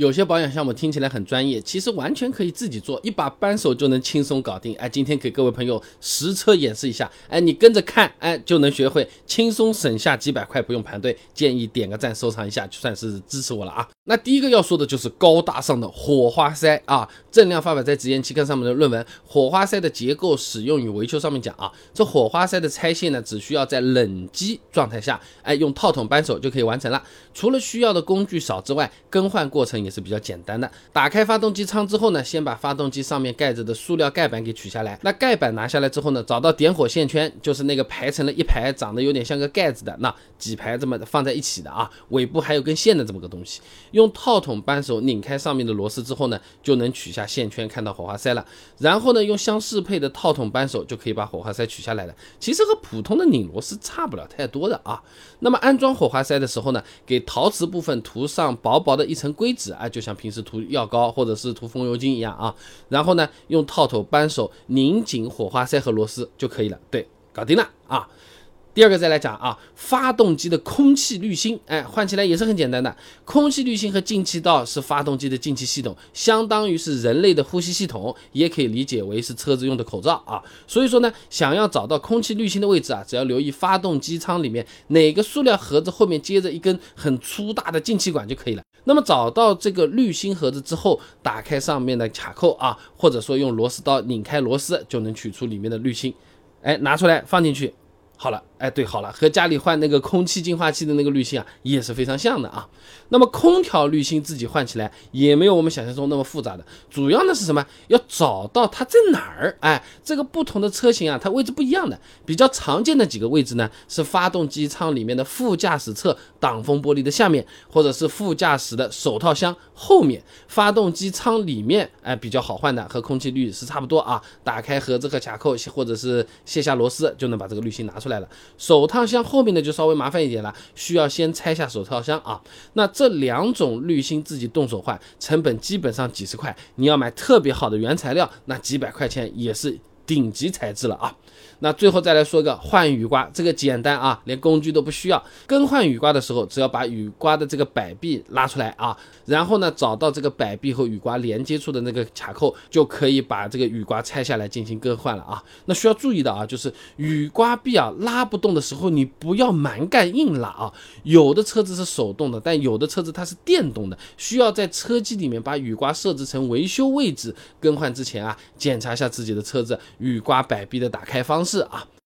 有些保养项目听起来很专业，其实完全可以自己做，一把扳手就能轻松搞定。今天给各位朋友实车演示一下，你跟着看，就能学会，轻松省下几百块，不用排队。建议点个赞收藏一下，就算是支持我了啊。那第一个要说的就是高大上的火花塞啊，郑亮发表在《直言期刊》上面的论文《火花塞的结构、使用与维修》上面讲啊，这火花塞的拆卸呢，只需要在冷机状态下，用套筒扳手就可以完成了。除了需要的工具少之外，更换过程也是比较简单的。打开发动机舱之后呢，先把发动机上面盖着的塑料盖板给取下来。那盖板拿下来之后呢，找到点火线圈，就是那个排成了一排，长得有点像个盖子的，那几排这么放在一起的啊，尾部还有根线的这么个东西。用套筒扳手拧开上面的螺丝之后呢，就能取下线圈，看到火花塞了。然后呢，用相适配的套筒扳手就可以把火花塞取下来了。其实和普通的拧螺丝差不了太多的啊。那么安装火花塞的时候呢，给陶瓷部分涂上薄薄的一层硅脂就像平时涂药膏或者是涂风油精一样啊。然后呢，用套筒扳手拧紧火花塞和螺丝就可以了。对，搞定了啊。第二个再来讲啊，发动机的空气滤芯，换起来也是很简单的。空气滤芯和进气道是发动机的进气系统，相当于是人类的呼吸系统，也可以理解为是车子用的口罩啊。所以说呢，想要找到空气滤芯的位置只要留意发动机舱里面哪个塑料盒子后面接着一根很粗大的进气管就可以了。那么找到这个滤芯盒子之后，打开上面的卡扣啊，或者说用螺丝刀拧开螺丝，就能取出里面的滤芯，拿出来放进去。好了，对，好了，和家里换那个空气净化器的那个滤芯也是非常像的啊。那么空调滤芯自己换起来也没有我们想象中那么复杂的，主要呢是什么？要找到它在哪儿。这个不同的车型它位置不一样的。比较常见的几个位置呢，是发动机舱里面的副驾驶侧挡风玻璃的下面，或者是副驾驶的手套箱后面。发动机舱里面比较好换的，和空气滤是差不多啊。打开盒子和卡扣，或者是卸下螺丝，就能把这个滤芯拿出来了。手套箱后面的就稍微麻烦一点了，需要先拆下手套箱啊。那这两种滤芯自己动手换，成本基本上几十块，你要买特别好的原材料，那几百块钱也是顶级材质了啊。那最后再来说个换雨刮，这个简单啊，连工具都不需要。更换雨刮的时候，只要把雨刮的这个摆臂拉出来啊，然后呢找到这个摆臂和雨刮连接处的那个卡扣，就可以把这个雨刮拆下来进行更换了啊。那需要注意的啊，就是雨刮臂拉不动的时候，你不要蛮干硬拉啊。有的车子是手动的，但有的车子它是电动的，需要在车机里面把雨刮设置成维修位置。更换之前检查一下自己的车子雨刮摆臂的打开方式啊。